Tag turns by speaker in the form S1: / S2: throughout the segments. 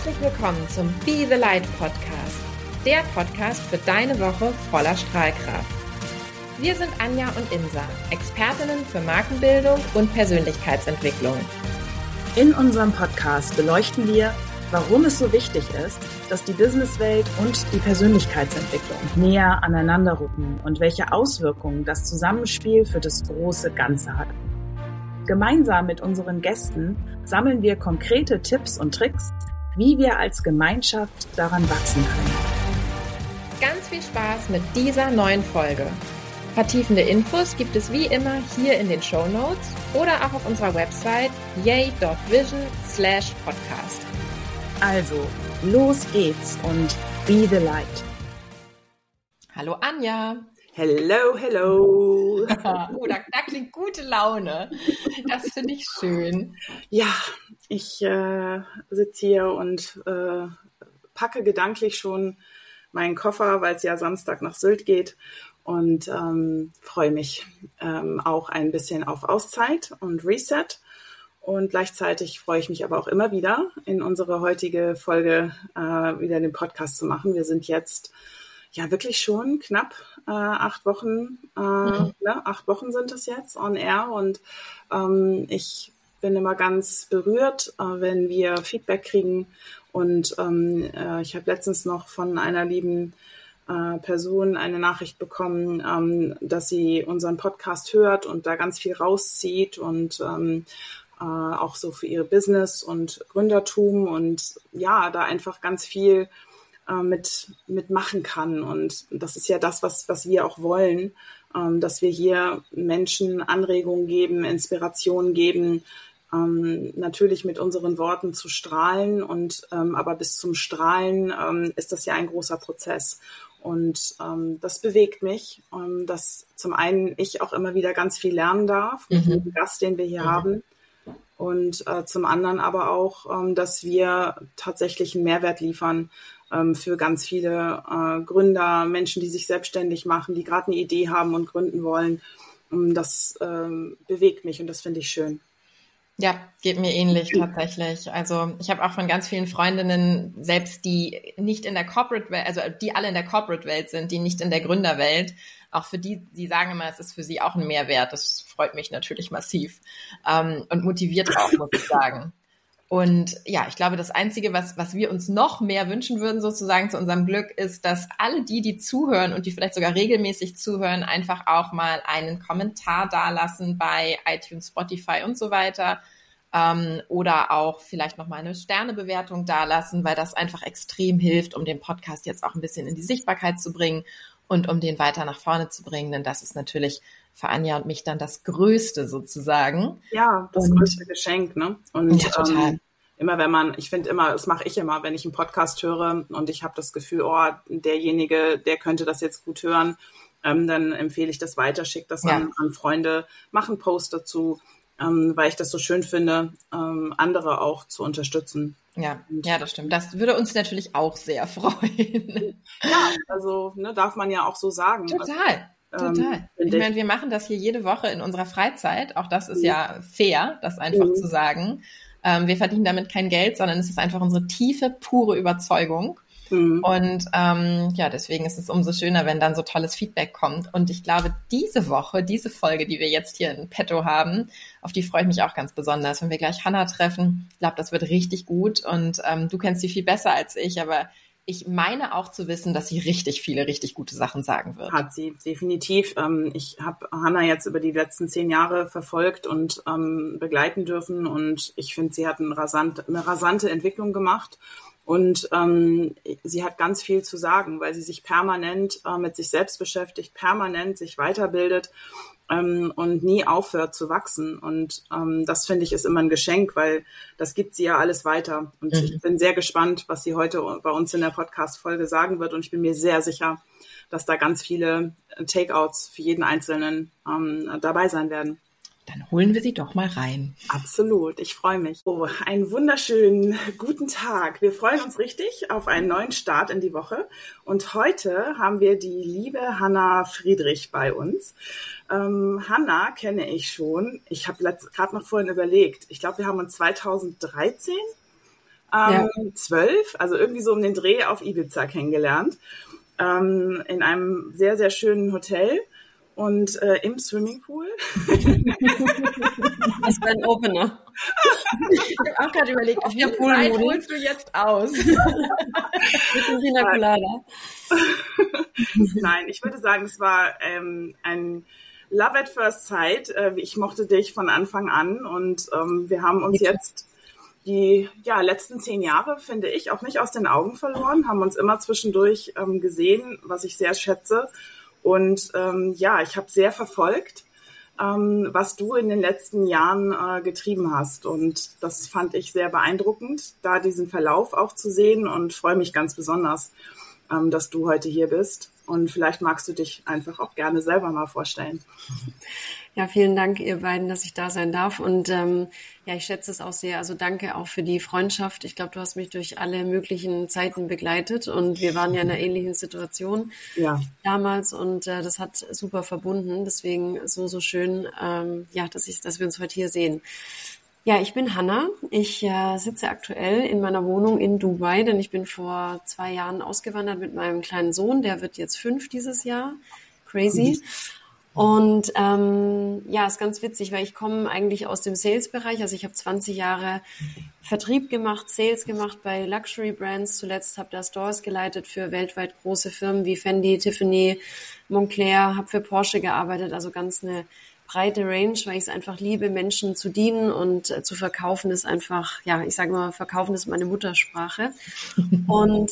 S1: Herzlich willkommen zum Be the Light Podcast, der Podcast für deine Woche voller Strahlkraft. Wir sind Anja und Insa, Expertinnen für Markenbildung und Persönlichkeitsentwicklung.
S2: In unserem Podcast beleuchten wir, warum es so wichtig ist, dass die Businesswelt und die Persönlichkeitsentwicklung näher aneinander rücken und welche Auswirkungen das Zusammenspiel für das große Ganze hat. Gemeinsam mit unseren Gästen sammeln wir konkrete Tipps und Tricks, wie wir als Gemeinschaft daran wachsen können.
S1: Ganz viel Spaß mit dieser neuen Folge. Vertiefende Infos gibt es wie immer hier in den Shownotes oder auch auf unserer Website yay.vision/podcast.
S2: Also, los geht's und be the light.
S1: Hallo Anja.
S3: Hello, hello.
S1: Da klingt gute Laune. Das finde ich schön.
S3: Ja, ich sitze hier und packe gedanklich schon meinen Koffer, weil es ja Samstag nach Sylt geht und freue mich auch ein bisschen auf Auszeit und Reset. Und gleichzeitig freue ich mich aber auch immer wieder, in unsere heutige Folge wieder den Podcast zu machen. Wir sind jetzt ja wirklich schon knapp 8 Wochen, 8 Wochen sind es jetzt on air und ich bin immer ganz berührt, wenn wir Feedback kriegen und ich habe letztens noch von einer lieben Person eine Nachricht bekommen, dass sie unseren Podcast hört und da ganz viel rauszieht und auch so für ihre Business und Gründertum und ja, da einfach ganz viel mit machen kann. Und das ist ja das, was wir auch wollen, dass wir hier Menschen Anregungen geben, Inspiration geben, natürlich mit unseren Worten zu strahlen und aber bis zum Strahlen ist das ja ein großer Prozess. Und das bewegt mich, dass zum einen ich auch immer wieder ganz viel lernen darf mit jedem Gast, den wir hier haben. Und zum anderen aber auch, dass wir tatsächlich einen Mehrwert liefern für ganz viele Gründer, Menschen, die sich selbstständig machen, die gerade eine Idee haben und gründen wollen. Das bewegt mich und das finde ich schön.
S1: Ja, geht mir ähnlich tatsächlich. Also ich habe auch von ganz vielen Freundinnen, selbst die nicht in der Corporate-Welt, also die alle in der Corporate-Welt sind, die nicht in der Gründerwelt, auch für die sagen immer, es ist für sie auch ein Mehrwert. Das freut mich natürlich massiv und motiviert auch, muss ich sagen. Und ja, ich glaube, das Einzige, was wir uns noch mehr wünschen würden, sozusagen zu unserem Glück, ist, dass alle die zuhören und die vielleicht sogar regelmäßig zuhören, einfach auch mal einen Kommentar dalassen bei iTunes, Spotify und so weiter. Oder auch vielleicht noch mal eine Sternebewertung dalassen, weil das einfach extrem hilft, um den Podcast jetzt auch ein bisschen in die Sichtbarkeit zu bringen und um den weiter nach vorne zu bringen. Denn das ist natürlich für Anja und mich dann das Größte sozusagen.
S3: Ja, das größte Geschenk, ne? Und
S1: ja, total.
S3: Ich finde immer, das mache ich immer, wenn ich einen Podcast höre und ich habe das Gefühl, derjenige, der könnte das jetzt gut hören, dann empfehle ich das weiter, schicke das an Freunde, mache einen Post dazu, weil ich das so schön finde, andere auch zu unterstützen.
S1: Ja, das stimmt. Das würde uns natürlich auch sehr freuen.
S3: Ja, also darf man ja auch so sagen.
S1: Total. Ich meine, wir machen das hier jede Woche in unserer Freizeit. Auch das ist ja fair, das einfach zu sagen. Wir verdienen damit kein Geld, sondern es ist einfach unsere tiefe, pure Überzeugung. Und deswegen ist es umso schöner, wenn dann so tolles Feedback kommt. Und ich glaube, diese Folge, die wir jetzt hier in petto haben, auf die freue ich mich auch ganz besonders. Wenn wir gleich Hannah treffen, ich glaube, das wird richtig gut. Und du kennst sie viel besser als ich, aber ich meine auch zu wissen, dass sie richtig viele, richtig gute Sachen sagen wird.
S3: Hat sie, definitiv. Ich habe Hannah jetzt über die letzten 10 Jahre verfolgt und begleiten dürfen. Und ich finde, sie hat eine rasante Entwicklung gemacht. Und sie hat ganz viel zu sagen, weil sie sich permanent mit sich selbst beschäftigt, permanent sich weiterbildet und nie aufhört zu wachsen. Und das finde ich ist immer ein Geschenk, weil das gibt sie ja alles weiter. Und ich bin sehr gespannt, was sie heute bei uns in der Podcast-Folge sagen wird. Und ich bin mir sehr sicher, dass da ganz viele Takeouts für jeden Einzelnen dabei sein werden.
S1: Dann holen wir sie doch mal rein.
S3: Absolut, ich freue mich. Oh, einen wunderschönen guten Tag. Wir freuen uns richtig auf einen neuen Start in die Woche. Und heute haben wir die liebe Hannah Friedrich bei uns. Hannah kenne ich schon. Ich habe gerade noch vorhin überlegt. Ich glaube, wir haben uns 2013 12, also irgendwie so um den Dreh auf Ibiza kennengelernt, in einem sehr, sehr schönen Hotel und im Swimmingpool.
S4: Das war ein Opener.
S1: Ich habe auch gerade überlegt, wie weit holst du jetzt aus?
S4: Mit dem Pina Colada.
S3: Nein, ich würde sagen, es war ein Love at First Sight. Ich mochte dich von Anfang an und wir haben uns jetzt die letzten 10 Jahre, finde ich, auch nicht aus den Augen verloren, haben uns immer zwischendurch gesehen, was ich sehr schätze. Und ich habe sehr verfolgt, was du in den letzten Jahren getrieben hast. Und das fand ich sehr beeindruckend, da diesen Verlauf auch zu sehen und freue mich ganz besonders, dass du heute hier bist. Und vielleicht magst du dich einfach auch gerne selber mal vorstellen.
S4: Ja, vielen Dank, ihr beiden, dass ich da sein darf. Und ich schätze es auch sehr. Also danke auch für die Freundschaft. Ich glaube, du hast mich durch alle möglichen Zeiten begleitet und wir waren ja in einer ähnlichen Situation damals und das hat super verbunden. Deswegen so schön, dass wir uns heute hier sehen. Ja, ich bin Hanna. Ich sitze aktuell in meiner Wohnung in Dubai, denn ich bin vor 2 Jahren ausgewandert mit meinem kleinen Sohn. Der wird jetzt 5 dieses Jahr. Crazy. Und ist ganz witzig, weil ich komme eigentlich aus dem Sales-Bereich. Also ich habe 20 Jahre Vertrieb gemacht, Sales gemacht bei Luxury-Brands. Zuletzt habe da Stores geleitet für weltweit große Firmen wie Fendi, Tiffany, Moncler, habe für Porsche gearbeitet. Also ganz eine breite Range, weil ich es einfach liebe, Menschen zu dienen und zu verkaufen ist einfach, ich sage mal, verkaufen ist meine Muttersprache. Und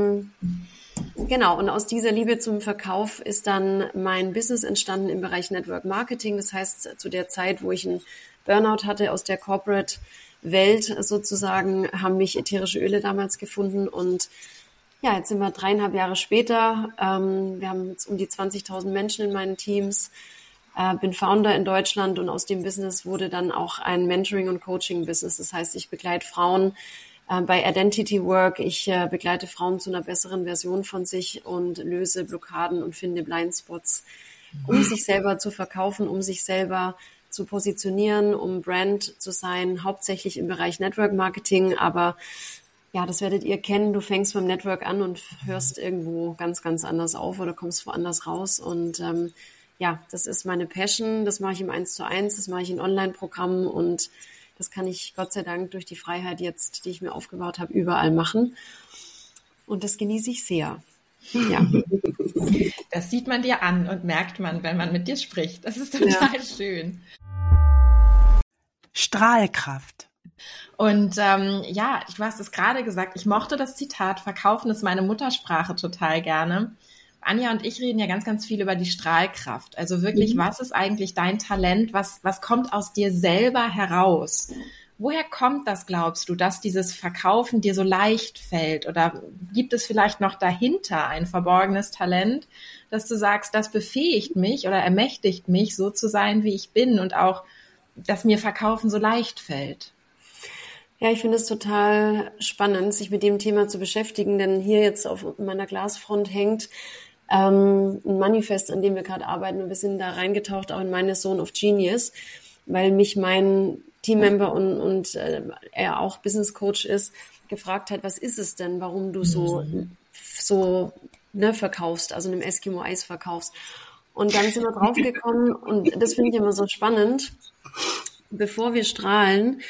S4: genau, und aus dieser Liebe zum Verkauf ist dann mein Business entstanden im Bereich Network Marketing. Das heißt, zu der Zeit, wo ich einen Burnout hatte aus der Corporate-Welt sozusagen, haben mich ätherische Öle damals gefunden und jetzt sind wir 3,5 Jahre später. Wir haben jetzt um die 20.000 Menschen in meinen Teams. Bin Founder in Deutschland und aus dem Business wurde dann auch ein Mentoring- und Coaching-Business. Das heißt, ich begleite Frauen bei Identity Work. Ich begleite Frauen zu einer besseren Version von sich und löse Blockaden und finde Blindspots, um sich selber zu verkaufen, um sich selber zu positionieren, um Brand zu sein, hauptsächlich im Bereich Network Marketing. Aber das werdet ihr kennen. Du fängst beim Network an und hörst irgendwo ganz, ganz anders auf oder kommst woanders raus. Und das ist meine Passion. Das mache ich im 1:1, das mache ich in Online-Programmen und das kann ich Gott sei Dank durch die Freiheit jetzt, die ich mir aufgebaut habe, überall machen. Und das genieße ich sehr. Ja.
S1: Das sieht man dir an und merkt man, wenn man mit dir spricht. Das ist total schön.
S2: Strahlkraft.
S1: Und du hast es gerade gesagt, ich mochte das Zitat, Verkaufen ist meine Muttersprache total gerne. Anja und ich reden ja ganz, ganz viel über die Strahlkraft. Also wirklich, was ist eigentlich dein Talent? Was kommt aus dir selber heraus? Woher kommt das, glaubst du, dass dieses Verkaufen dir so leicht fällt? Oder gibt es vielleicht noch dahinter ein verborgenes Talent, dass du sagst, das befähigt mich oder ermächtigt mich, so zu sein, wie ich bin und auch, dass mir Verkaufen so leicht fällt?
S4: Ja, ich finde es total spannend, sich mit dem Thema zu beschäftigen, denn hier jetzt auf meiner Glasfront hängt ein Manifest, an dem wir gerade arbeiten und wir sind da reingetaucht, auch in meine Zone of Genius, weil mich mein Teammember und er auch Business Coach ist, gefragt hat, was ist es denn, warum du so verkaufst, also einem Eskimo-Eis verkaufst. Und dann sind wir draufgekommen und das finde ich immer so spannend, bevor wir strahlen,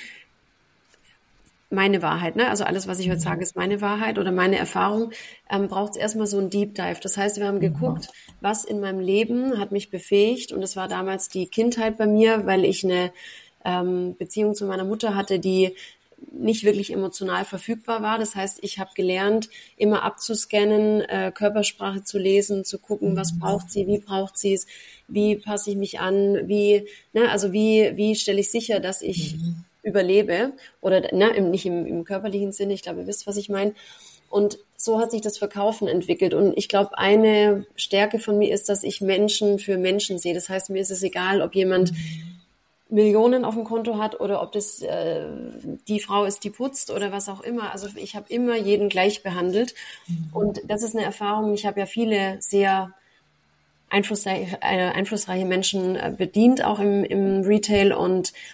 S4: meine Wahrheit, also alles, was ich heute sage, ist meine Wahrheit oder meine Erfahrung, braucht es erstmal so ein Deep Dive. Das heißt, wir haben geguckt, was in meinem Leben hat mich befähigt und es war damals die Kindheit bei mir, weil ich eine Beziehung zu meiner Mutter hatte, die nicht wirklich emotional verfügbar war. Das heißt, ich habe gelernt, immer abzuscannen, Körpersprache zu lesen, zu gucken, was braucht sie, wie braucht sie es, wie passe ich mich an, wie stelle ich sicher, dass ich überlebe oder nicht im körperlichen Sinne, ich glaube, ihr wisst, was ich meine. Und so hat sich das Verkaufen entwickelt. Und ich glaube, eine Stärke von mir ist, dass ich Menschen für Menschen sehe. Das heißt, mir ist es egal, ob jemand Millionen auf dem Konto hat oder ob das die Frau ist, die putzt oder was auch immer. Also ich habe immer jeden gleich behandelt. Und das ist eine Erfahrung. Ich habe ja viele sehr einflussreiche Menschen bedient, auch im Retail und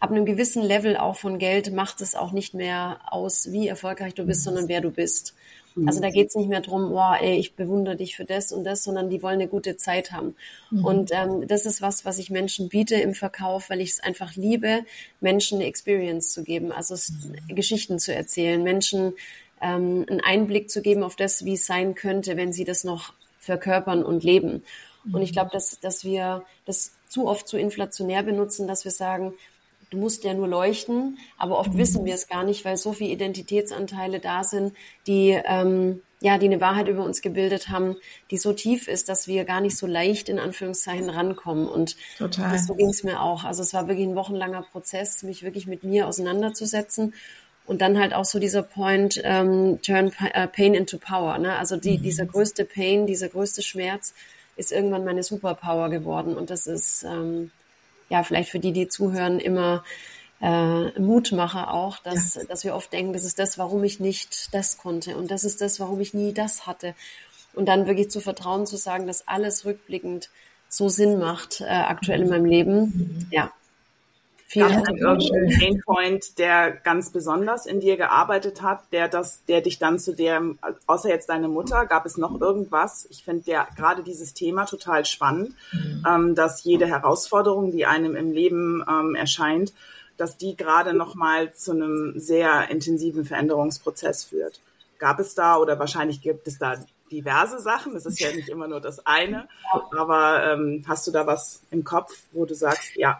S4: ab einem gewissen Level auch von Geld macht es auch nicht mehr aus, wie erfolgreich du bist, sondern wer du bist. Also da geht es nicht mehr drum, oh, ey, ich bewundere dich für das und das, sondern die wollen eine gute Zeit haben. Und das ist was ich Menschen biete im Verkauf, weil ich es einfach liebe, Menschen eine Experience zu geben, also Geschichten zu erzählen, Menschen einen Einblick zu geben auf das, wie es sein könnte, wenn sie das noch verkörpern und leben. Und ich glaube, dass wir das zu oft zu inflationär benutzen, dass wir sagen, du musst ja nur leuchten, aber oft wissen wir es gar nicht, weil so viele Identitätsanteile da sind, die die eine Wahrheit über uns gebildet haben, die so tief ist, dass wir gar nicht so leicht in Anführungszeichen rankommen. Und so ging es mir auch. Also es war wirklich ein wochenlanger Prozess, mich wirklich mit mir auseinanderzusetzen. Und dann halt auch so dieser Point, turn pain into power. Ne? Also dieser größte Pain, dieser größte Schmerz ist irgendwann meine Superpower geworden. Und das ist vielleicht für die zuhören, immer Mutmacher auch, dass wir oft denken, das ist das, warum ich nicht das konnte und das ist das, warum ich nie das hatte. Und dann wirklich zu vertrauen, zu sagen, dass alles rückblickend so Sinn macht, aktuell in meinem Leben. Ja.
S3: Gab es irgendeinen Painpoint, der ganz besonders in dir gearbeitet hat, der dich dann zu dem, außer jetzt deine Mutter, gab es noch irgendwas? Ich finde gerade dieses Thema total spannend, dass jede Herausforderung, die einem im Leben erscheint, dass die gerade nochmal zu einem sehr intensiven Veränderungsprozess führt. Gab es da, oder wahrscheinlich gibt es da diverse Sachen, es ist ja nicht immer nur das eine, aber hast du da was im Kopf, wo du sagst, ja,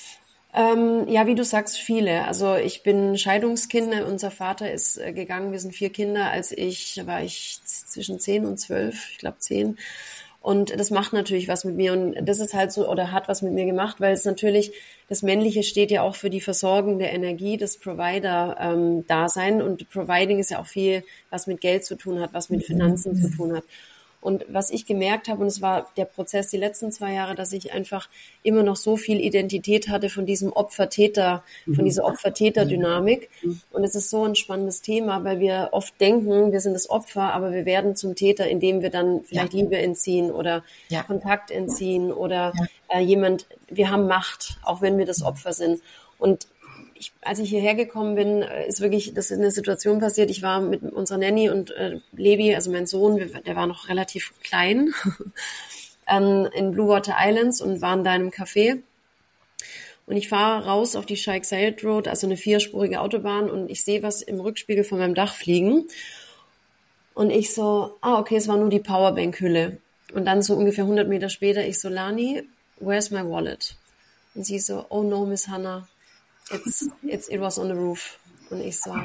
S4: wie du sagst, viele. Also ich bin Scheidungskind, unser Vater ist gegangen, wir sind 4 Kinder, war ich zwischen 10 und 12, ich glaube 10. Und das macht natürlich was mit mir und das ist halt so, oder hat was mit mir gemacht, weil es natürlich, das Männliche steht ja auch für die versorgende Energie, das Provider-Dasein und Providing ist ja auch viel, was mit Geld zu tun hat, was mit Finanzen zu tun hat. Und was ich gemerkt habe, und es war der Prozess die letzten 2 Jahre, dass ich einfach immer noch so viel Identität hatte von diesem Opfer-Täter, von dieser Opfer-Täter-Dynamik. Und es ist so ein spannendes Thema, weil wir oft denken, wir sind das Opfer, aber wir werden zum Täter, indem wir dann vielleicht Liebe entziehen oder Kontakt entziehen oder wir haben Macht, auch wenn wir das Opfer sind. Und als ich hierher gekommen bin, das ist eine Situation passiert. Ich war mit unserer Nanny und Levi, also mein Sohn, der war noch relativ klein, in Blue Water Islands und waren da in einem Café. Und ich fahre raus auf die Sheikh Zayed Road, also eine 4-spurige Autobahn, und ich sehe was im Rückspiegel von meinem Dach fliegen. Und ich so, okay, es war nur die Powerbank-Hülle. Und dann so ungefähr 100 Meter später, ich so, Lani, where's my wallet? Und sie so, oh no, Miss Hannah. It was on the roof. Und ich so.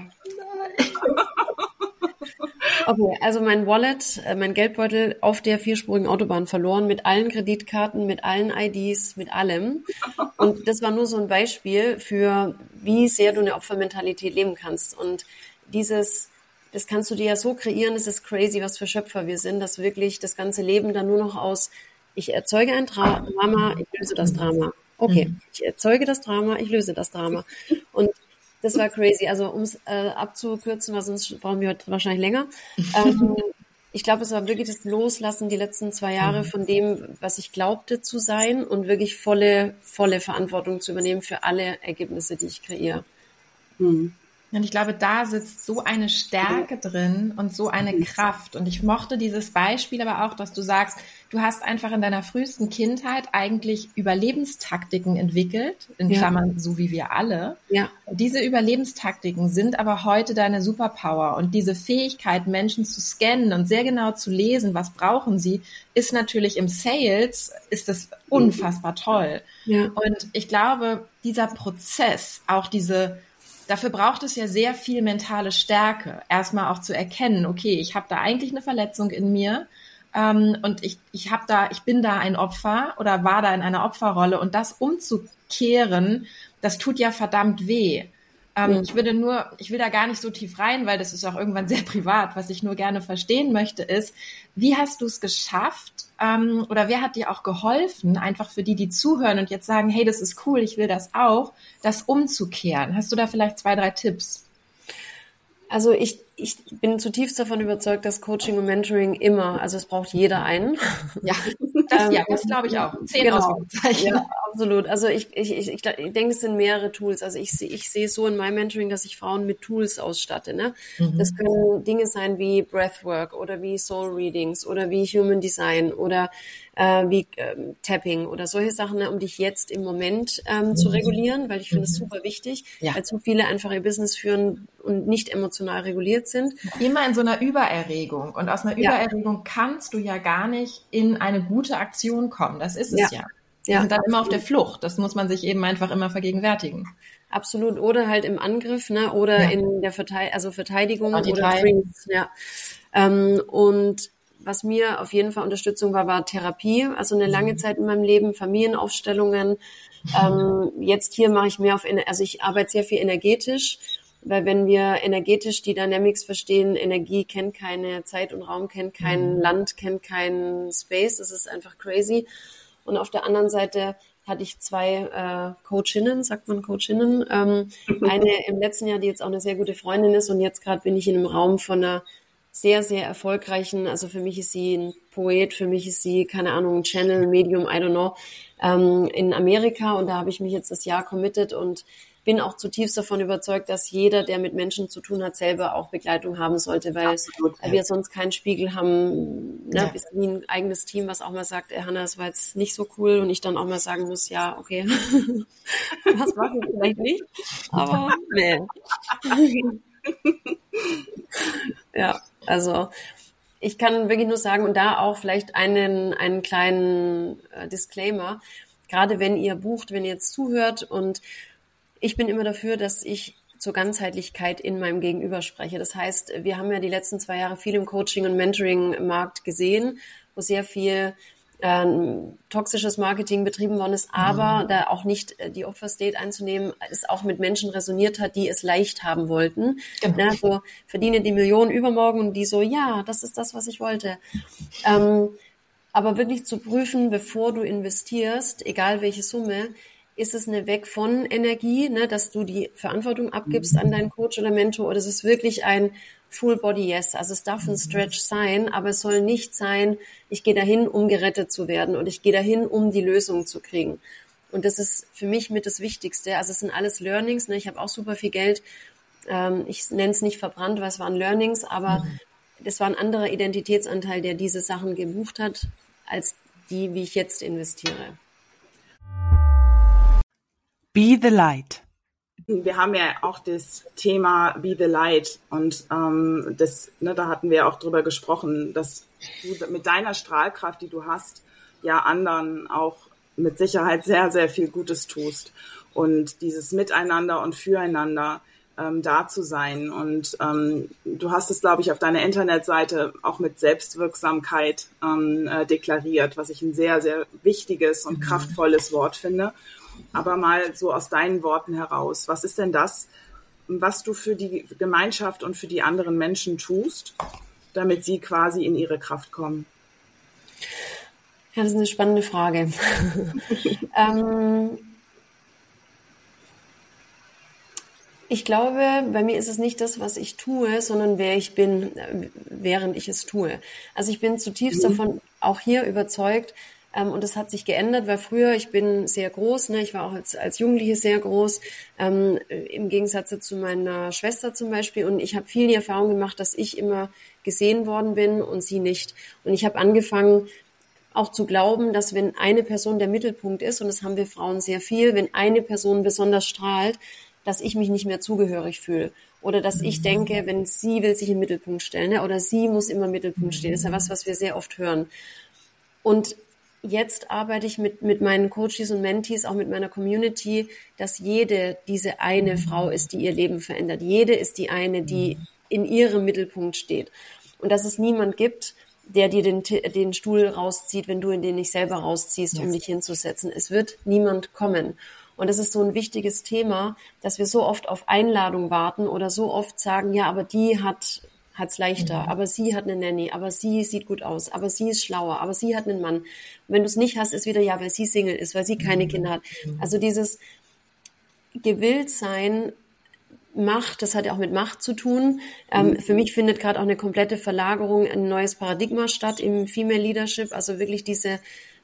S4: Okay, also mein Wallet, mein Geldbeutel auf der 4-spurigen Autobahn verloren, mit allen Kreditkarten, mit allen IDs, mit allem. Und das war nur so ein Beispiel für, wie sehr du eine Opfermentalität leben kannst. Und das kannst du dir ja so kreieren, es ist crazy, was für Schöpfer wir sind, dass wirklich das ganze Leben dann nur noch aus, ich erzeuge ein Drama, ich löse das Drama. Okay, ich erzeuge das Drama, ich löse das Drama. Und das war crazy. Also um es abzukürzen, weil sonst brauchen wir heute wahrscheinlich länger. Ich glaube, es war wirklich das Loslassen die letzten 2 Jahre von dem, was ich glaubte zu sein und wirklich volle Verantwortung zu übernehmen für alle Ergebnisse, die ich kreiere.
S1: Und ich glaube, da sitzt so eine Stärke drin und so eine Kraft. Und ich mochte dieses Beispiel aber auch, dass du sagst, du hast einfach in deiner frühesten Kindheit eigentlich Überlebenstaktiken entwickelt, in Klammern, so wie wir alle.
S4: Ja.
S1: Diese Überlebenstaktiken sind aber heute deine Superpower. Und diese Fähigkeit, Menschen zu scannen und sehr genau zu lesen, was brauchen sie, ist natürlich im Sales, ist das unfassbar toll.
S4: Ja.
S1: Und ich glaube, dieser Prozess, auch dafür braucht es ja sehr viel mentale Stärke, erstmal auch zu erkennen, okay, ich habe da eigentlich eine Verletzung in mir und ich bin da ein Opfer oder war da in einer Opferrolle und das umzukehren, das tut ja verdammt weh. Ich will da gar nicht so tief rein, weil das ist auch irgendwann sehr privat. Was ich nur gerne verstehen möchte ist, wie hast du es geschafft oder wer hat dir auch geholfen, einfach für die zuhören und jetzt sagen, hey, das ist cool, ich will das auch, das umzukehren. Hast du da vielleicht 2, 3 Tipps?
S4: Also ich bin zutiefst davon überzeugt, dass Coaching und Mentoring also es braucht jeder einen.
S1: Ja. Das glaube ich auch. 10 Ausrufezeichen.
S4: Ja, absolut. Also ich denke, es sind mehrere Tools. Also ich sehe so in meinem Mentoring, dass ich Frauen mit Tools ausstatte. Ne? Das können Dinge sein wie Breathwork oder wie Soul Readings oder wie Human Design oder wie Tapping oder solche Sachen, ne, um dich jetzt im Moment zu regulieren, weil ich finde es super wichtig, weil zu viele einfach ihr Business führen und nicht emotional reguliert sind.
S1: Immer in so einer Übererregung. Und aus einer Übererregung kannst du ja gar nicht in eine gute Aktion kommen. Das ist es ja. Wir sind dann immer auf der Flucht. Das muss man sich eben einfach immer vergegenwärtigen.
S4: Absolut. Oder halt im Angriff, ne? Oder in der Verteidigung oder Freeze. Ja. Und was mir auf jeden Fall Unterstützung war Therapie. Also eine lange Zeit in meinem Leben, Familienaufstellungen. Jetzt hier mache ich mehr also ich arbeite sehr viel energetisch, weil wenn wir energetisch die Dynamics verstehen, Energie kennt keine Zeit und Raum, kennt kein Land, kennt keinen Space. Das ist einfach crazy. Und auf der anderen Seite hatte ich 2 Coachinnen, sagt man Coachinnen. Eine im letzten Jahr, die jetzt auch eine sehr gute Freundin ist. Und jetzt gerade bin ich in einem Raum von einer sehr, sehr erfolgreichen, also für mich ist sie ein Poet, für mich ist sie, keine Ahnung, ein Channel, Medium, I don't know, in Amerika. Und da habe ich mich jetzt das Jahr committed und bin auch zutiefst davon überzeugt, dass jeder, der mit Menschen zu tun hat, selber auch Begleitung haben sollte, weil wir sonst keinen Spiegel haben, ne, bis nie ein eigenes Team, was auch mal sagt, Hanna, das war jetzt nicht so cool und ich dann auch mal sagen muss, ja, okay, was war ich vielleicht nicht, aber nee. Ja, also ich kann wirklich nur sagen und da auch vielleicht einen kleinen Disclaimer, gerade wenn ihr bucht, wenn ihr jetzt zuhört und ich bin immer dafür, dass ich zur Ganzheitlichkeit in meinem Gegenüber spreche. Das heißt, wir haben ja die letzten 2 Jahre viel im Coaching- und Mentoring-Markt gesehen, wo sehr viel toxisches Marketing betrieben worden ist, aber da auch nicht die Opfer-State einzunehmen, es auch mit Menschen resoniert hat, die es leicht haben wollten. Genau. Ne, so verdiene die Millionen übermorgen und die so, ja, das ist das, was ich wollte. Aber wirklich zu prüfen, bevor du investierst, egal welche Summe, ist es eine Weg von Energie, ne, dass du die Verantwortung abgibst an deinen Coach oder Mentor, oder ist es wirklich ein Full Body Yes? Also es darf ein Stretch sein, aber es soll nicht sein, ich gehe dahin, um gerettet zu werden und ich gehe dahin, um die Lösung zu kriegen. Und das ist für mich mit das Wichtigste. Also es sind alles Learnings, ne, ich habe auch super viel Geld, ich nenne es nicht verbrannt, weil es waren Learnings, aber das war ein anderer Identitätsanteil, der diese Sachen gebucht hat, als die, wie ich jetzt investiere.
S2: Be the Light.
S3: Wir haben ja auch das Thema Be the Light und da hatten wir auch drüber gesprochen, dass du mit deiner Strahlkraft, die du hast, ja anderen auch mit Sicherheit sehr, sehr viel Gutes tust und dieses Miteinander und Füreinander da zu sein. Und du hast es, glaube ich, auf deiner Internetseite auch mit Selbstwirksamkeit deklariert, was ich ein sehr, sehr wichtiges und kraftvolles Wort finde. Aber mal so aus deinen Worten heraus, was ist denn das, was du für die Gemeinschaft und für die anderen Menschen tust, damit sie quasi in ihre Kraft kommen?
S4: Ja, das ist eine spannende Frage. Ich glaube, bei mir ist es nicht das, was ich tue, sondern wer ich bin, während ich es tue. Also ich bin zutiefst davon auch hier überzeugt, und das hat sich geändert, weil früher, ich bin sehr groß, ne, ich war auch als Jugendliche sehr groß, im Gegensatz zu meiner Schwester zum Beispiel. Und ich habe viel die Erfahrung gemacht, dass ich immer gesehen worden bin und sie nicht. Und ich habe angefangen, auch zu glauben, dass wenn eine Person der Mittelpunkt ist, und das haben wir Frauen sehr viel, wenn eine Person besonders strahlt, dass ich mich nicht mehr zugehörig fühle. Oder dass ich denke, wenn sie will sich im Mittelpunkt stellen, ne, oder sie muss immer im Mittelpunkt stehen. Das ist ja was wir sehr oft hören. Und jetzt arbeite ich mit meinen Coaches und Mentees, auch mit meiner Community, dass jede diese eine Frau ist, die ihr Leben verändert. Jede ist die eine, die in ihrem Mittelpunkt steht. Und dass es niemand gibt, der dir den Stuhl rauszieht, wenn du in den nicht selber rausziehst, um dich hinzusetzen. Es wird niemand kommen. Und das ist so ein wichtiges Thema, dass wir so oft auf Einladung warten oder so oft sagen, ja, aber die hat's leichter, aber sie hat eine Nanny, aber sie sieht gut aus, aber sie ist schlauer, aber sie hat einen Mann. Und wenn du es nicht hast, ist wieder, ja, weil sie Single ist, weil sie keine Kinder hat. Also dieses Gewilltsein, Macht, das hat ja auch mit Macht zu tun. Für mich findet gerade auch eine komplette Verlagerung, ein neues Paradigma statt im Female Leadership, also wirklich diese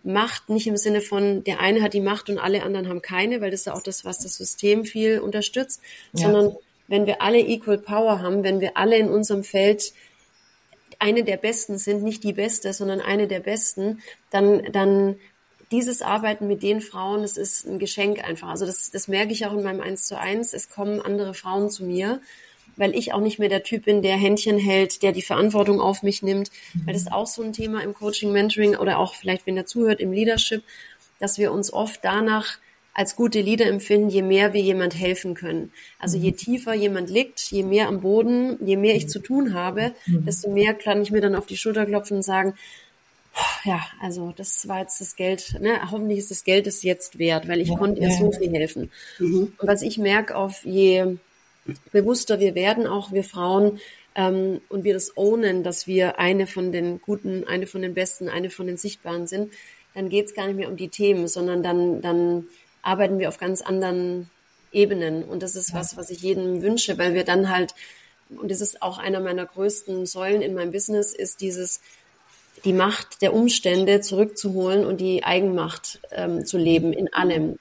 S4: Macht nicht im Sinne von, der eine hat die Macht und alle anderen haben keine, weil das ist ja auch das, was das System viel unterstützt, sondern wenn wir alle Equal Power haben, wenn wir alle in unserem Feld eine der Besten sind, nicht die Beste, sondern eine der Besten, dann dieses Arbeiten mit den Frauen, das ist ein Geschenk einfach. Also das merke ich auch in meinem 1:1. Es kommen andere Frauen zu mir, weil ich auch nicht mehr der Typ bin, der Händchen hält, der die Verantwortung auf mich nimmt. Weil das ist auch so ein Thema im Coaching, Mentoring oder auch vielleicht, wenn der zuhört, im Leadership, dass wir uns oft danach als gute Leader empfinden, je mehr wir jemand helfen können. Also je tiefer jemand liegt, je mehr am Boden, je mehr ich zu tun habe, desto mehr kann ich mir dann auf die Schulter klopfen und sagen, ja, also das war jetzt das Geld, ne? Hoffentlich ist das Geld es jetzt wert, weil ich konnte ihr so viel helfen. Und was ich merke, je bewusster wir werden, auch wir Frauen, und wir das ownen, dass wir eine von den Guten, eine von den Besten, eine von den Sichtbaren sind, dann geht es gar nicht mehr um die Themen, sondern dann arbeiten wir auf ganz anderen Ebenen. Und das ist was ich jedem wünsche, weil wir dann halt, und das ist auch einer meiner größten Säulen in meinem Business, ist die Macht der Umstände zurückzuholen und die Eigenmacht zu leben in allem.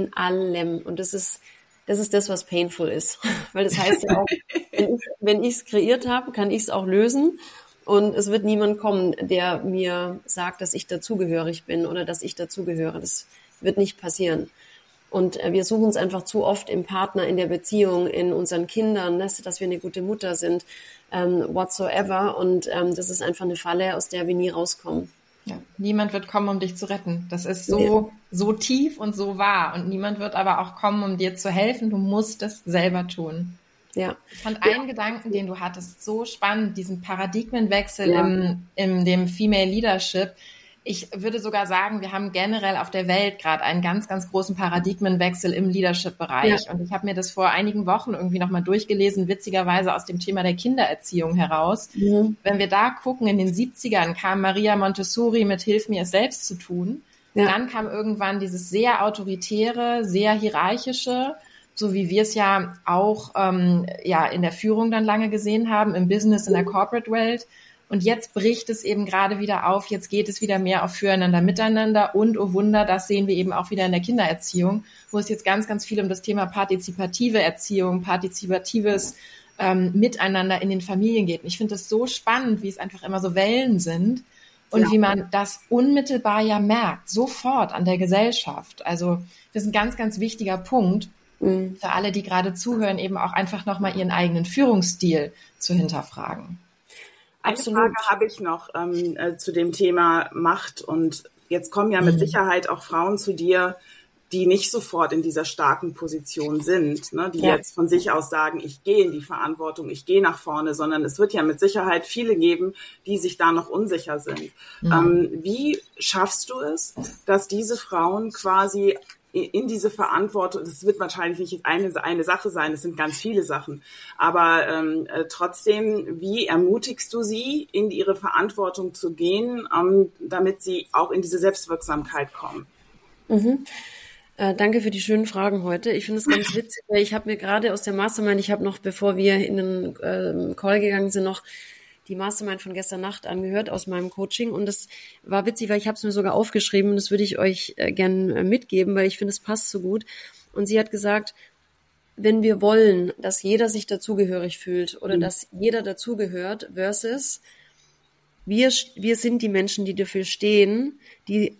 S4: Und das ist das, was painful ist. Weil das heißt ja auch, wenn ich es kreiert habe, kann ich es auch lösen. Und es wird niemand kommen, der mir sagt, dass ich dazugehörig bin oder dass ich dazugehöre. Das wird nicht passieren. Und wir suchen uns einfach zu oft im Partner, in der Beziehung, in unseren Kindern, dass wir eine gute Mutter sind, whatsoever. Und das ist einfach eine Falle, aus der wir nie rauskommen.
S1: Ja, niemand wird kommen, um dich zu retten. Das ist so tief und so wahr. Und niemand wird aber auch kommen, um dir zu helfen. Du musst es selber tun.
S4: Ja.
S1: Ich fand einen Gedanken, den du hattest, so spannend, diesen Paradigmenwechsel in dem Female Leadership. Ich würde sogar sagen, wir haben generell auf der Welt gerade einen ganz, ganz großen Paradigmenwechsel im Leadership-Bereich. Ja. Und ich habe mir das vor einigen Wochen irgendwie nochmal durchgelesen, witzigerweise aus dem Thema der Kindererziehung heraus. Mhm. Wenn wir da gucken, in den 70ern kam Maria Montessori mit Hilf mir es selbst zu tun. Ja. Dann kam irgendwann dieses sehr autoritäre, sehr hierarchische, so wie wir es ja auch in der Führung dann lange gesehen haben, im Business, in der Corporate-Welt. Und jetzt bricht es eben gerade wieder auf, jetzt geht es wieder mehr auf Füreinander, Miteinander und, oh Wunder, das sehen wir eben auch wieder in der Kindererziehung, wo es jetzt ganz, ganz viel um das Thema partizipative Erziehung, partizipatives Miteinander in den Familien geht. Und ich finde das so spannend, wie es einfach immer so Wellen sind und wie man das unmittelbar ja merkt, sofort an der Gesellschaft. Also das ist ein ganz, ganz wichtiger Punkt für alle, die gerade zuhören, eben auch einfach nochmal ihren eigenen Führungsstil zu hinterfragen.
S3: Eine Frage habe ich noch zu dem Thema Macht. Und jetzt kommen ja mit Sicherheit auch Frauen zu dir, die nicht sofort in dieser starken Position sind, ne? Die jetzt von sich aus sagen, ich gehe in die Verantwortung, ich gehe nach vorne, sondern es wird ja mit Sicherheit viele geben, die sich da noch unsicher sind. Wie schaffst du es, dass diese Frauen quasi in diese Verantwortung, das wird wahrscheinlich nicht eine Sache sein, es sind ganz viele Sachen, aber trotzdem, wie ermutigst du sie, in ihre Verantwortung zu gehen, damit sie auch in diese Selbstwirksamkeit kommen?
S4: Danke für die schönen Fragen heute. Ich finde es ganz witzig, weil ich habe mir gerade aus der Mastermind, ich habe noch, bevor wir in den Call gegangen sind, noch die Mastermind von gestern Nacht angehört aus meinem Coaching und das war witzig, weil ich habe es mir sogar aufgeschrieben und das würde ich euch gern mitgeben, weil ich finde, es passt so gut. Und sie hat gesagt, wenn wir wollen, dass jeder sich dazugehörig fühlt oder dass jeder dazugehört versus wir sind die Menschen, die dafür stehen, die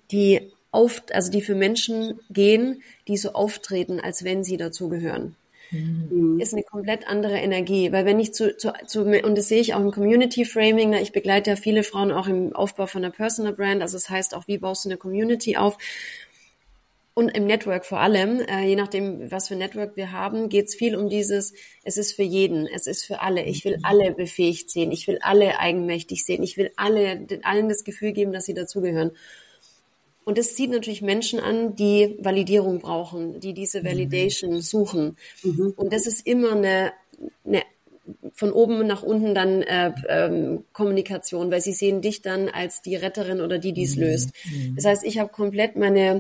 S4: für Menschen gehen, die so auftreten, als wenn sie dazugehören. Ist eine komplett andere Energie, weil wenn ich und das sehe ich auch im Community Framing, ich begleite ja viele Frauen auch im Aufbau von einer Personal Brand, also das heißt auch, wie baust du eine Community auf und im Network vor allem, je nachdem, was für Network wir haben, geht es viel um dieses, es ist für jeden, es ist für alle, ich will alle befähigt sehen, ich will alle eigenmächtig sehen, ich will allen das Gefühl geben, dass sie dazugehören. Und das zieht natürlich Menschen an, die Validierung brauchen, die diese Validation suchen. Und das ist immer eine von oben nach unten dann Kommunikation, weil sie sehen dich dann als die Retterin oder die es löst. Das heißt, ich habe komplett meine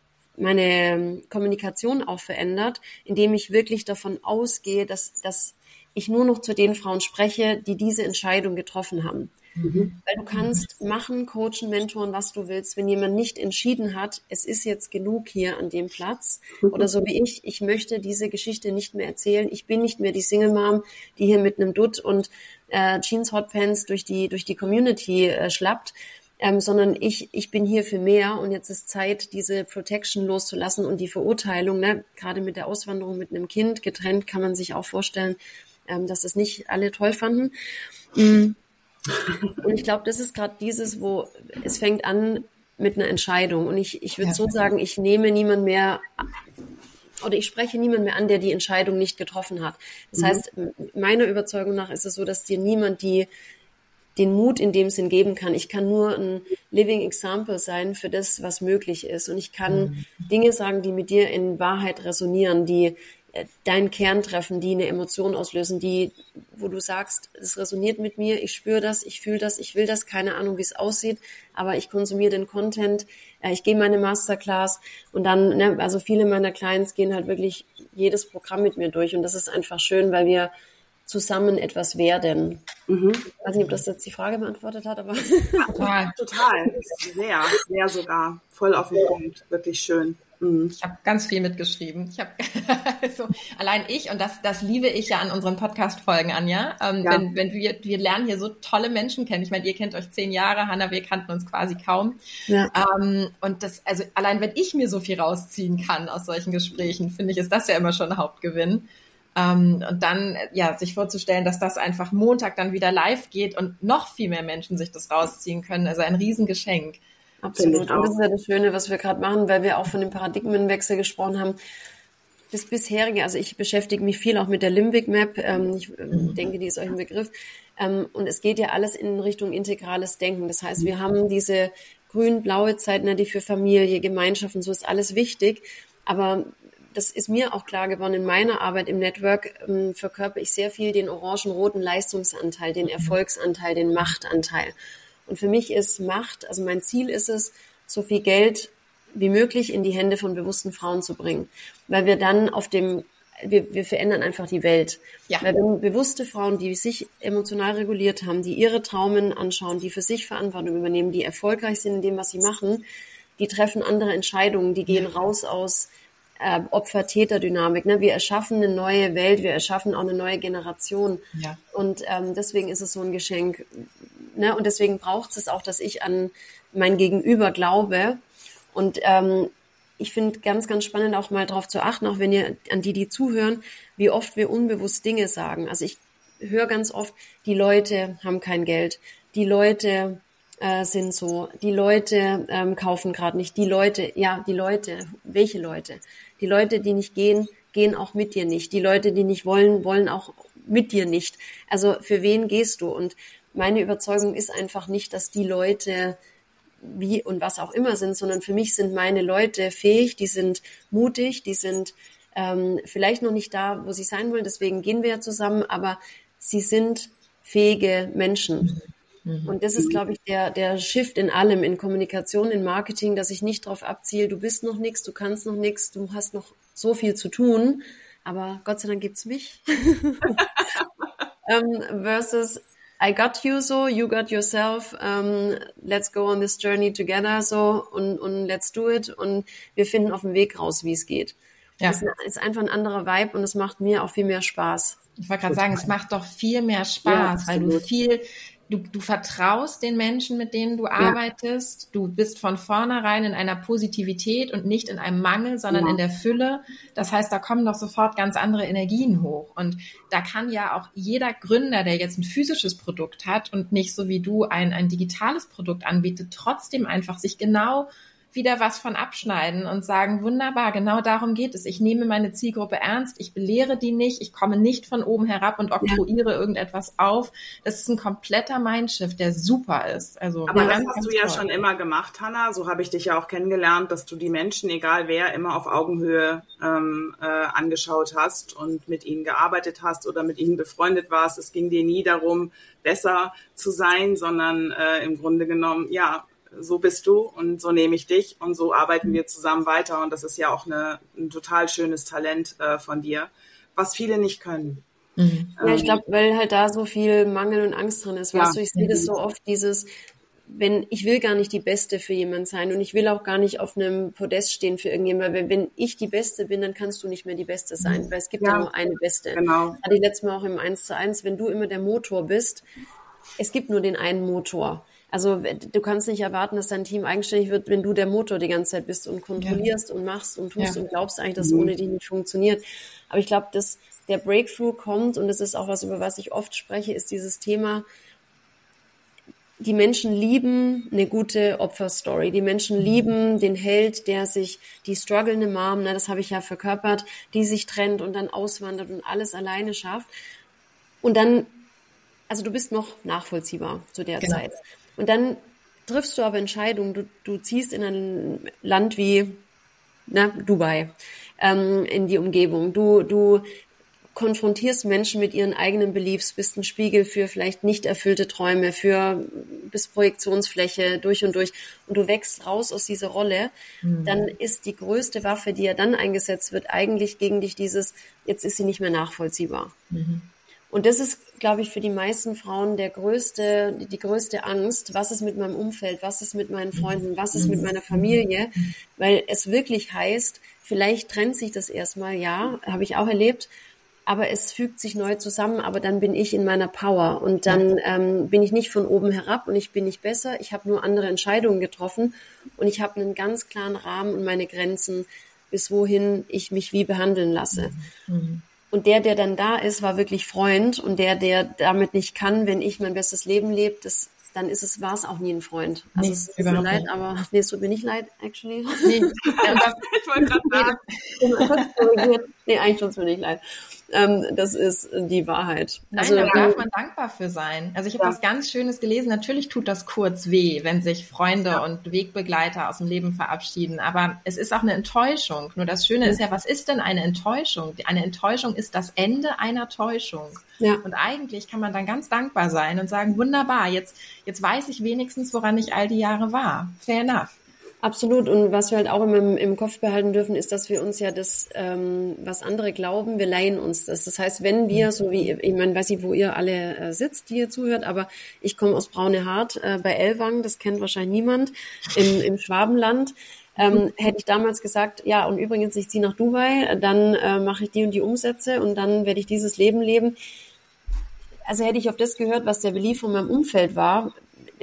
S4: Kommunikation auch verändert, indem ich wirklich davon ausgehe, dass ich nur noch zu den Frauen spreche, die diese Entscheidung getroffen haben. Weil du kannst machen, coachen, mentoren, was du willst. Wenn jemand nicht entschieden hat, es ist jetzt genug hier an dem Platz, oder so wie ich möchte diese Geschichte nicht mehr erzählen. Ich bin nicht mehr die Single Mom, die hier mit einem Dutt und Jeans, Hotpants durch die Community schlappt, sondern ich bin hier für mehr, und jetzt ist Zeit, diese Protection loszulassen und die Verurteilung, ne? Gerade mit der Auswanderung mit einem Kind getrennt, kann man sich auch vorstellen, dass das nicht alle toll fanden. Und ich glaube, das ist gerade dieses, wo es fängt an mit einer Entscheidung. Und ich würde so sagen, ich nehme niemand mehr, oder ich spreche niemand mehr an, der die Entscheidung nicht getroffen hat. Das heißt, meiner Überzeugung nach ist es so, dass dir niemand den Mut in dem Sinn geben kann. Ich kann nur ein living example sein für das, was möglich ist. Und ich kann Dinge sagen, die mit dir in Wahrheit resonieren, die deinen Kern treffen, die eine Emotion auslösen, wo du sagst, es resoniert mit mir, ich spüre das, ich fühle das, ich will das, keine Ahnung, wie es aussieht, aber ich konsumiere den Content, ich gehe meine Masterclass, und dann, ne, also viele meiner Clients gehen halt wirklich jedes Programm mit mir durch, und das ist einfach schön, weil wir zusammen etwas werden. Ich weiß nicht, ob das jetzt die Frage beantwortet hat, aber
S3: Total. Sehr, sehr sogar. Voll auf den Punkt. Wirklich schön.
S1: Ich habe ganz viel mitgeschrieben. Ich habe also, allein und das liebe ich ja an unseren Podcast-Folgen, Anja. Wenn wir lernen hier so tolle Menschen kennen. Ich meine, ihr kennt euch 10 Jahre, Hannah, wir kannten uns quasi kaum. Ja. Und also allein wenn ich mir so viel rausziehen kann aus solchen Gesprächen, finde ich, ist das ja immer schon ein Hauptgewinn. Und dann, sich vorzustellen, dass das einfach Montag dann wieder live geht und noch viel mehr Menschen sich das rausziehen können. Also ein Riesengeschenk.
S4: Absolut. Und das ist ja das Schöne, was wir gerade machen, weil wir auch von dem Paradigmenwechsel gesprochen haben. Das bisherige, also ich beschäftige mich viel auch mit der Limbic Map. Ich denke, die ist euch ein Begriff. Und es geht ja alles in Richtung integrales Denken. Das heißt, wir haben diese grün-blaue Zeit, die für Familie, Gemeinschaft und so ist alles wichtig. Aber das ist mir auch klar geworden, in meiner Arbeit im Network verkörper ich sehr viel den orangen-roten Leistungsanteil, den Erfolgsanteil, den Machtanteil. Und für mich ist Macht, also mein Ziel ist es, so viel Geld wie möglich in die Hände von bewussten Frauen zu bringen. Weil wir dann wir verändern einfach die Welt. Ja. Weil wenn bewusste Frauen, die sich emotional reguliert haben, die ihre Traumen anschauen, die für sich Verantwortung übernehmen, die erfolgreich sind in dem, was sie machen, die treffen andere Entscheidungen, die gehen raus aus Opfer-Täter-Dynamik. Wir erschaffen eine neue Welt, wir erschaffen auch eine neue Generation. Ja. Und deswegen ist es so ein Geschenk. Und deswegen braucht es auch, dass ich an mein Gegenüber glaube. Und ich finde ganz, ganz spannend auch mal darauf zu achten, auch wenn ihr an die zuhören, wie oft wir unbewusst Dinge sagen. Also ich höre ganz oft, die Leute haben kein Geld, die Leute sind so, die Leute kaufen gerade nicht, die Leute, welche Leute? Die Leute, die nicht gehen, gehen auch mit dir nicht. Die Leute, die nicht wollen, wollen auch mit dir nicht. Also für wen gehst du? Und meine Überzeugung ist einfach nicht, dass die Leute wie und was auch immer sind, sondern für mich sind meine Leute fähig, die sind mutig, die sind vielleicht noch nicht da, wo sie sein wollen, deswegen gehen wir ja zusammen, aber sie sind fähige Menschen. Und das ist, glaube ich, der Shift in allem, in Kommunikation, in Marketing, dass ich nicht darauf abziele, du bist noch nichts, du kannst noch nichts, du hast noch so viel zu tun, aber Gott sei Dank gibt's mich. Versus I got you so, you got yourself, let's go on this journey together so und let's do it und wir finden auf dem Weg raus, wie es geht. Ja. Das ist einfach ein anderer Vibe und es macht mir auch viel mehr Spaß.
S1: Ich wollte gerade sagen, es macht doch viel mehr Spaß, weil du vertraust den Menschen, mit denen du arbeitest. Du bist von vornherein in einer Positivität und nicht in einem Mangel, sondern in der Fülle. Das heißt, da kommen doch sofort ganz andere Energien hoch. Und da kann ja auch jeder Gründer, der jetzt ein physisches Produkt hat und nicht so wie du ein digitales Produkt anbietet, trotzdem einfach sich genau wieder was von abschneiden und sagen, wunderbar, genau darum geht es. Ich nehme meine Zielgruppe ernst, ich belehre die nicht, ich komme nicht von oben herab und oktroyiere irgendetwas auf. Das ist ein kompletter Mindshift, der super ist. Also,
S3: aber das hast du ja schon immer gemacht, Hannah. So habe ich dich ja auch kennengelernt, dass du die Menschen, egal wer, immer auf Augenhöhe angeschaut hast und mit ihnen gearbeitet hast oder mit ihnen befreundet warst. Es ging dir nie darum, besser zu sein, sondern im Grunde genommen, so bist du und so nehme ich dich und so arbeiten wir zusammen weiter und das ist ja auch ein total schönes Talent von dir, was viele nicht können.
S4: Ja, ich glaube, weil halt da so viel Mangel und Angst drin ist. Weißt du, ich sehe das so oft, ich will gar nicht die Beste für jemanden sein und ich will auch gar nicht auf einem Podest stehen für irgendjemanden, weil wenn ich die Beste bin, dann kannst du nicht mehr die Beste sein, weil es gibt ja nur eine Beste.
S3: Genau.
S4: Das hatte ich letztes Mal auch im 1:1, wenn du immer der Motor bist, es gibt nur den einen Motor. Also du kannst nicht erwarten, dass dein Team eigenständig wird, wenn du der Motor die ganze Zeit bist und kontrollierst und machst und tust und glaubst eigentlich, dass es ohne dich nicht funktioniert. Aber ich glaube, dass der Breakthrough kommt, und das ist auch was, über was ich oft spreche, ist dieses Thema, die Menschen lieben eine gute Opferstory. Die Menschen lieben den Held, der sich, die strugglende Mom, das habe ich ja verkörpert, die sich trennt und dann auswandert und alles alleine schafft. Und dann, also du bist noch nachvollziehbar zu der Zeit. Und dann triffst du aber Entscheidungen. Du ziehst in ein Land wie Dubai, in die Umgebung. Du konfrontierst Menschen mit ihren eigenen Beliefs, bist ein Spiegel für vielleicht nicht erfüllte Träume, bist Projektionsfläche durch und durch, und du wächst raus aus dieser Rolle, dann ist die größte Waffe, die ja dann eingesetzt wird, eigentlich gegen dich jetzt ist sie nicht mehr nachvollziehbar. Und das ist, glaube ich, für die meisten Frauen die größte Angst. Was ist mit meinem Umfeld? Was ist mit meinen Freunden? Was ist mit meiner Familie? Weil es wirklich heißt, vielleicht trennt sich das erstmal, ja, habe ich auch erlebt, aber es fügt sich neu zusammen, aber dann bin ich in meiner Power und dann bin ich nicht von oben herab und ich bin nicht besser, ich habe nur andere Entscheidungen getroffen und ich habe einen ganz klaren Rahmen und meine Grenzen, bis wohin ich mich wie behandeln lasse. Und der dann da ist, war wirklich Freund, und der damit nicht kann, wenn ich mein bestes Leben lebe, dann war es auch nie ein Freund. Also es tut mir leid, aber es tut mir nicht leid, actually. Nee,
S3: ich wollte gerade
S4: sagen. Nee, eigentlich tut es mir nicht leid. Das ist die Wahrheit.
S1: Nein, da darf man dankbar für sein. Also ich habe was ganz Schönes gelesen. Natürlich tut das kurz weh, wenn sich Freunde und Wegbegleiter aus dem Leben verabschieden. Aber es ist auch eine Enttäuschung. Nur das Schöne ist ja, was ist denn eine Enttäuschung? Eine Enttäuschung ist das Ende einer Täuschung. Ja. Und eigentlich kann man dann ganz dankbar sein und sagen, wunderbar, jetzt weiß ich wenigstens, woran ich all die Jahre war. Fair enough.
S4: Absolut. Und was wir halt auch im Kopf behalten dürfen, ist, dass wir uns ja das, was andere glauben, wir leihen uns das. Das heißt, wenn wir, so wie, ich meine, weiß nicht, wo ihr alle sitzt, die ihr zuhört, aber ich komme aus Braunehart bei Ellwangen, das kennt wahrscheinlich niemand, im Schwabenland. Hätte ich damals gesagt, ja, und übrigens, ich ziehe nach Dubai, dann mache ich die und die Umsätze und dann werde ich dieses Leben leben. Also hätte ich auf das gehört, was der Belief von meinem Umfeld war,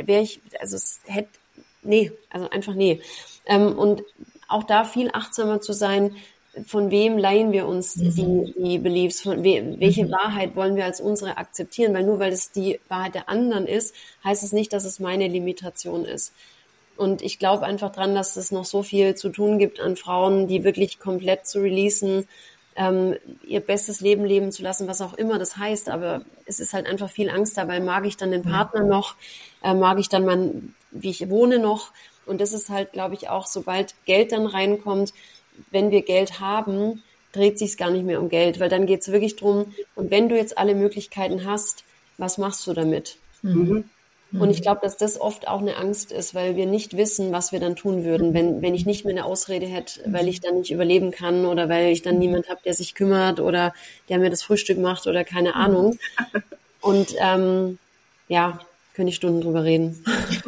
S4: einfach nee. Und auch da viel achtsamer zu sein, von wem leihen wir uns die Beliefs, welche Wahrheit wollen wir als unsere akzeptieren, weil nur weil es die Wahrheit der anderen ist, heißt es nicht, dass es meine Limitation ist. Und ich glaube einfach dran, dass es noch so viel zu tun gibt an Frauen, die wirklich komplett zu releasen, ihr bestes Leben leben zu lassen, was auch immer das heißt, aber es ist halt einfach viel Angst dabei. Mag ich dann den Partner noch? Mag ich dann wie ich wohne noch? Und das ist halt, glaube ich, auch, sobald Geld dann reinkommt, wenn wir Geld haben, dreht sich es gar nicht mehr um Geld, weil dann geht es wirklich drum, und wenn du jetzt alle Möglichkeiten hast, was machst du damit? Und ich glaube, dass das oft auch eine Angst ist, weil wir nicht wissen, was wir dann tun würden, wenn ich nicht mehr eine Ausrede hätte, weil ich dann nicht überleben kann oder weil ich dann niemand habe, der sich kümmert oder der mir das Frühstück macht oder keine Ahnung. Und könnte ich Stunden drüber reden.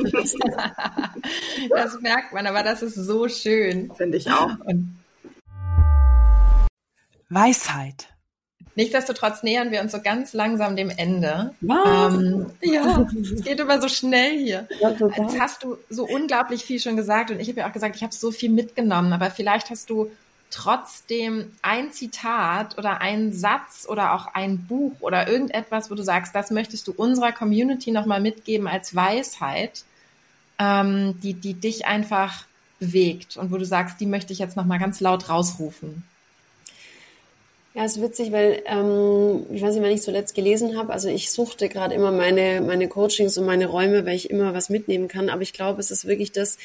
S1: Das merkt man, aber das ist so schön.
S3: Finde ich auch.
S2: Weisheit.
S1: Nichtsdestotrotz nähern wir uns so ganz langsam dem Ende. Es geht immer so schnell hier. Ja, jetzt hast du so unglaublich viel schon gesagt und ich habe ja auch gesagt, ich habe so viel mitgenommen, aber vielleicht hast du trotzdem ein Zitat oder einen Satz oder auch ein Buch oder irgendetwas, wo du sagst, das möchtest du unserer Community nochmal mitgeben als Weisheit, die dich einfach bewegt und wo du sagst, die möchte ich jetzt nochmal ganz laut rausrufen.
S4: Ja, ist witzig, weil ich weiß nicht, wann ich zuletzt gelesen habe. Also ich suchte gerade immer meine Coachings und meine Räume, weil ich immer was mitnehmen kann. Aber ich glaube, es ist wirklich das,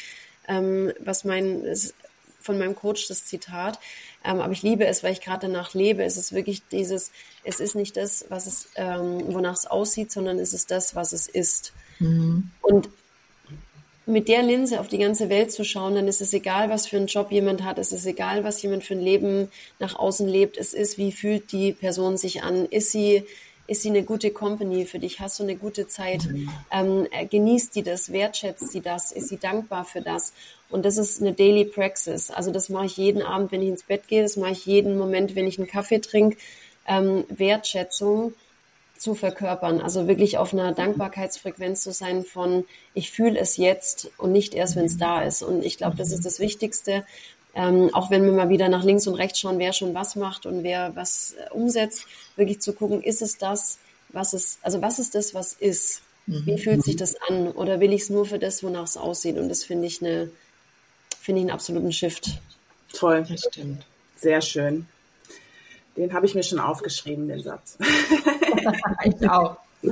S4: von meinem Coach das Zitat. Aber ich liebe es, weil ich gerade danach lebe. Es ist wirklich es ist nicht das, wonach es aussieht, sondern es ist das, was es ist. Und mit der Linse auf die ganze Welt zu schauen, dann ist es egal, was für einen Job jemand hat, es ist egal, was jemand für ein Leben nach außen lebt, es ist, wie fühlt die Person sich an, ist sie eine gute Company für dich, hast du eine gute Zeit, genießt die das, wertschätzt sie das, ist sie dankbar für das, und das ist eine Daily Praxis, also das mache ich jeden Abend, wenn ich ins Bett gehe, das mache ich jeden Moment, wenn ich einen Kaffee trinke, Wertschätzung zu verkörpern, also wirklich auf einer Dankbarkeitsfrequenz zu sein von, ich fühle es jetzt und nicht erst, wenn es da ist. Und ich glaube, das ist das Wichtigste, auch wenn wir mal wieder nach links und rechts schauen, wer schon was macht und wer was umsetzt, wirklich zu gucken, ist es das, was ist das, was ist? Wie fühlt sich das an? Oder will ich es nur für das, wonach es aussieht? Und das finde ich einen absoluten Shift.
S3: Toll.
S1: Das stimmt.
S3: Sehr schön. Den habe ich mir schon aufgeschrieben, den Satz.
S1: Ich auch.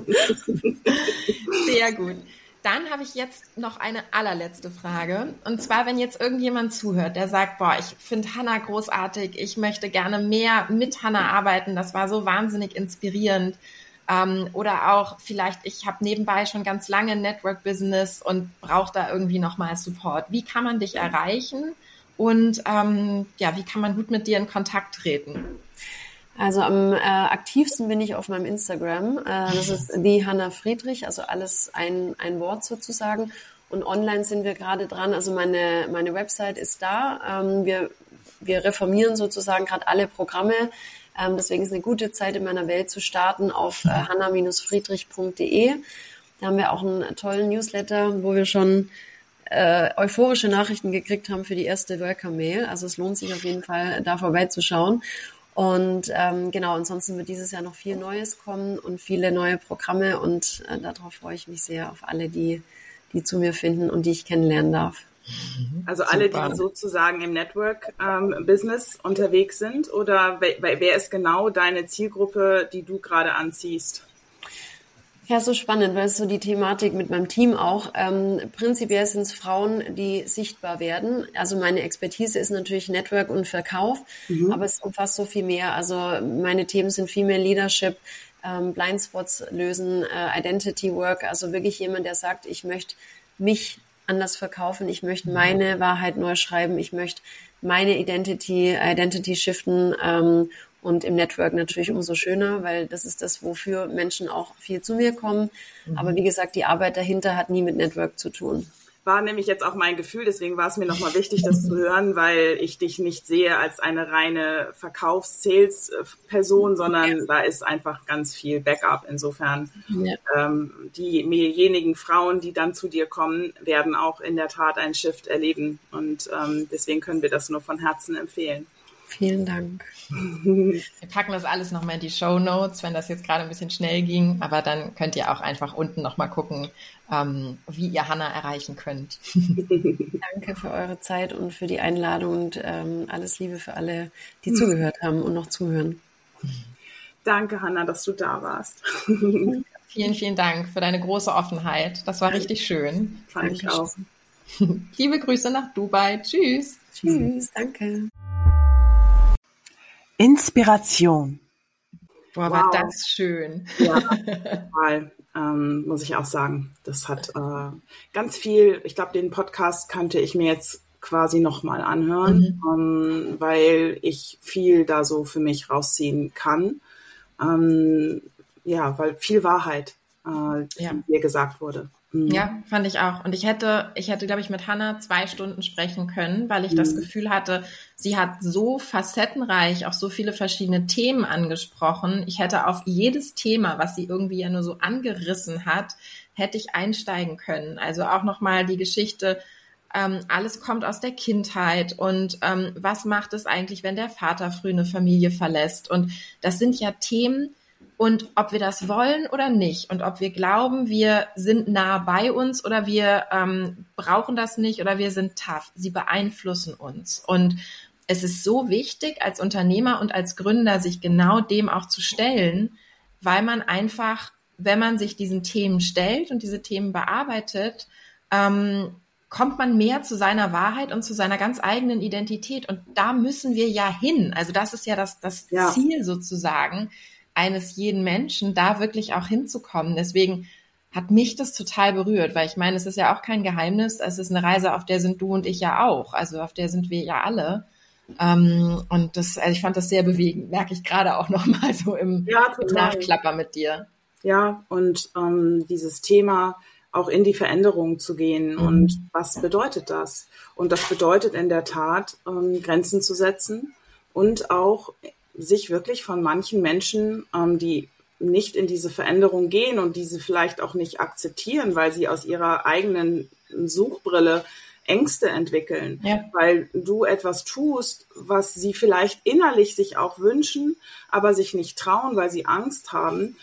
S1: Sehr gut. Dann habe ich jetzt noch eine allerletzte Frage. Und zwar, wenn jetzt irgendjemand zuhört, der sagt, boah, ich finde Hannah großartig, ich möchte gerne mehr mit Hannah arbeiten, das war so wahnsinnig inspirierend. Oder auch vielleicht, ich habe nebenbei schon ganz lange ein Network-Business und brauche da irgendwie nochmal Support. Wie kann man dich erreichen? Und wie kann man gut mit dir in Kontakt treten?
S4: Also am aktivsten bin ich auf meinem Instagram. Das ist die Hannah Friedrich, also alles ein Wort sozusagen. Und online sind wir gerade dran. Also meine Website ist da. Wir reformieren sozusagen gerade alle Programme. Deswegen ist eine gute Zeit in meiner Welt zu starten auf hannah-friedrich.de. Da haben wir auch einen tollen Newsletter, wo wir schon euphorische Nachrichten gekriegt haben für die erste Welcome-Mail. Also es lohnt sich auf jeden Fall, da vorbeizuschauen. Und ansonsten wird dieses Jahr noch viel Neues kommen und viele neue Programme. Und darauf freue ich mich sehr, auf alle, die zu mir finden und die ich kennenlernen darf.
S3: Also alle, die sozusagen im Network-Business unterwegs sind, oder wer ist genau deine Zielgruppe, die du gerade anziehst?
S4: Ja, so spannend, weil es so die Thematik mit meinem Team auch. Prinzipiell sind es Frauen, die sichtbar werden. Also meine Expertise ist natürlich Network und Verkauf, aber es umfasst so viel mehr. Also meine Themen sind viel mehr Leadership, Blindspots lösen, Identity Work. Also wirklich jemand, der sagt, ich möchte mich anders verkaufen, ich möchte meine Wahrheit neu schreiben, ich möchte meine Identity shiften, und im Network natürlich umso schöner, weil das ist das, wofür Menschen auch viel zu mir kommen. Aber wie gesagt, die Arbeit dahinter hat nie mit Network zu tun.
S3: War nämlich jetzt auch mein Gefühl, deswegen war es mir nochmal wichtig, das zu hören, weil ich dich nicht sehe als eine reine Verkaufs-Sales-Person, sondern da ist einfach ganz viel Backup. Insofern diejenigen Frauen, die dann zu dir kommen, werden auch in der Tat einen Shift erleben. Und deswegen können wir das nur von Herzen empfehlen.
S4: Vielen Dank.
S1: Wir packen das alles nochmal in die Shownotes, wenn das jetzt gerade ein bisschen schnell ging, aber dann könnt ihr auch einfach unten nochmal gucken, wie ihr Hannah erreichen könnt.
S4: Danke für eure Zeit und für die Einladung und alles Liebe für alle, die zugehört haben und noch zuhören.
S3: Danke, Hannah, dass du da warst.
S1: Vielen, vielen Dank für deine große Offenheit. Das war richtig schön.
S3: Fand ich auch.
S1: Liebe Grüße nach Dubai. Tschüss.
S4: Tschüss, danke.
S2: Inspiration.
S1: Boah, war das schön.
S3: Ja, total. Muss ich auch sagen. Das hat ganz viel, ich glaube, den Podcast könnte ich mir jetzt quasi nochmal anhören, weil ich viel da so für mich rausziehen kann. Weil viel Wahrheit dir gesagt wurde.
S1: Ja, fand ich auch. Und ich hätte, glaube ich, mit Hannah 2 Stunden sprechen können, weil ich das Gefühl hatte, sie hat so facettenreich auch so viele verschiedene Themen angesprochen. Ich hätte auf jedes Thema, was sie irgendwie ja nur so angerissen hat, hätte ich einsteigen können. Also auch nochmal die Geschichte, alles kommt aus der Kindheit und was macht es eigentlich, wenn der Vater früh eine Familie verlässt? Und das sind ja Themen, und ob wir das wollen oder nicht und ob wir glauben, wir sind nah bei uns oder wir brauchen das nicht oder wir sind tough, sie beeinflussen uns. Und es ist so wichtig, als Unternehmer und als Gründer sich genau dem auch zu stellen, weil man einfach, wenn man sich diesen Themen stellt und diese Themen bearbeitet, kommt man mehr zu seiner Wahrheit und zu seiner ganz eigenen Identität. Und da müssen wir ja hin. Also das ist ja das Ziel sozusagen eines jeden Menschen, da wirklich auch hinzukommen. Deswegen hat mich das total berührt, weil ich meine, es ist ja auch kein Geheimnis, es ist eine Reise, auf der sind du und ich ja auch, also auf der sind wir ja alle. Und das, also ich fand das sehr bewegend, merke ich gerade auch nochmal so im Nachklapper mit dir.
S3: Ja, und dieses Thema auch in die Veränderung zu gehen und was bedeutet das? Und das bedeutet in der Tat, Grenzen zu setzen und auch sich wirklich von manchen Menschen, die nicht in diese Veränderung gehen und diese vielleicht auch nicht akzeptieren, weil sie aus ihrer eigenen Suchbrille Ängste entwickeln, weil du etwas tust, was sie vielleicht innerlich sich auch wünschen, aber sich nicht trauen, weil sie Angst haben.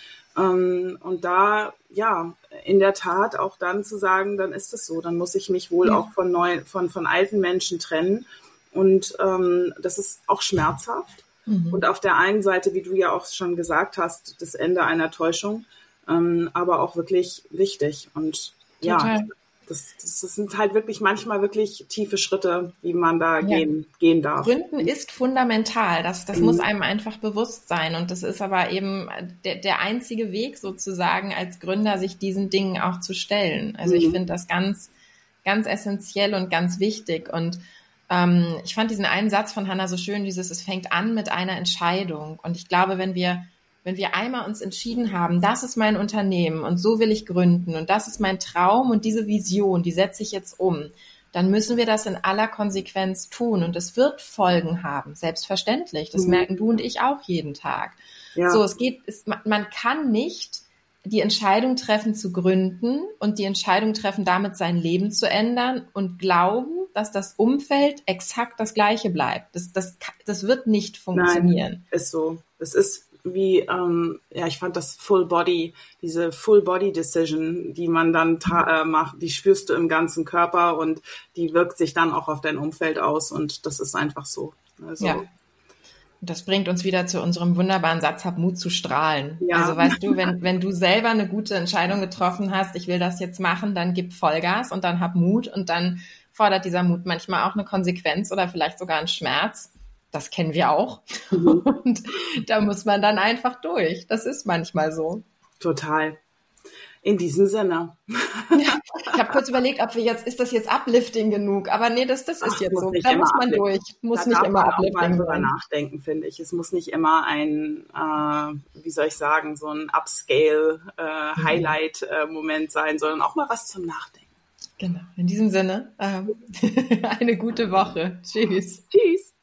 S3: Und da, ja, in der Tat auch dann zu sagen, dann ist es so, dann muss ich mich wohl auch von alten Menschen trennen. Und das ist auch schmerzhaft. Und auf der einen Seite, wie du ja auch schon gesagt hast, das Ende einer Täuschung, aber auch wirklich wichtig. Und ja, das sind halt wirklich manchmal wirklich tiefe Schritte, wie man da gehen darf.
S1: Gründen ist fundamental. Das muss einem einfach bewusst sein. Und das ist aber eben der einzige Weg sozusagen als Gründer, sich diesen Dingen auch zu stellen. Also ich finde das ganz, ganz essentiell und ganz wichtig. Und ich fand diesen einen Satz von Hannah so schön, es fängt an mit einer Entscheidung. Und ich glaube, wenn wir einmal uns entschieden haben, das ist mein Unternehmen und so will ich gründen und das ist mein Traum und diese Vision, die setze ich jetzt um, dann müssen wir das in aller Konsequenz tun und es wird Folgen haben, selbstverständlich. Das merken du und ich auch jeden Tag. Ja. So, man kann nicht die Entscheidung treffen zu gründen und die Entscheidung treffen, damit sein Leben zu ändern und glauben, dass das Umfeld exakt das Gleiche bleibt. Das wird nicht funktionieren.
S3: Nein, ist so. Es ist wie, ich fand das diese Full Body Decision, die man dann macht, die spürst du im ganzen Körper und die wirkt sich dann auch auf dein Umfeld aus und das ist einfach so. Also,
S1: ja. Das bringt uns wieder zu unserem wunderbaren Satz, hab Mut zu strahlen. Ja. Also weißt du, wenn du selber eine gute Entscheidung getroffen hast, ich will das jetzt machen, dann gib Vollgas und dann hab Mut und dann fordert dieser Mut manchmal auch eine Konsequenz oder vielleicht sogar einen Schmerz. Das kennen wir auch. Und da muss man dann einfach durch. Das ist manchmal so.
S3: Total. In diesem Sinne.
S1: Ja, ich habe kurz überlegt, ist das jetzt Uplifting genug? Aber nee, das ist jetzt so. Da muss man durch. Muss nicht immer Uplifting
S3: sein. Nachdenken, finde ich. Es muss nicht immer ein, so ein Upscale, Highlight-Moment sein, sondern auch mal was zum Nachdenken.
S1: Genau. In diesem Sinne, eine gute Woche. Tschüss.
S3: Tschüss.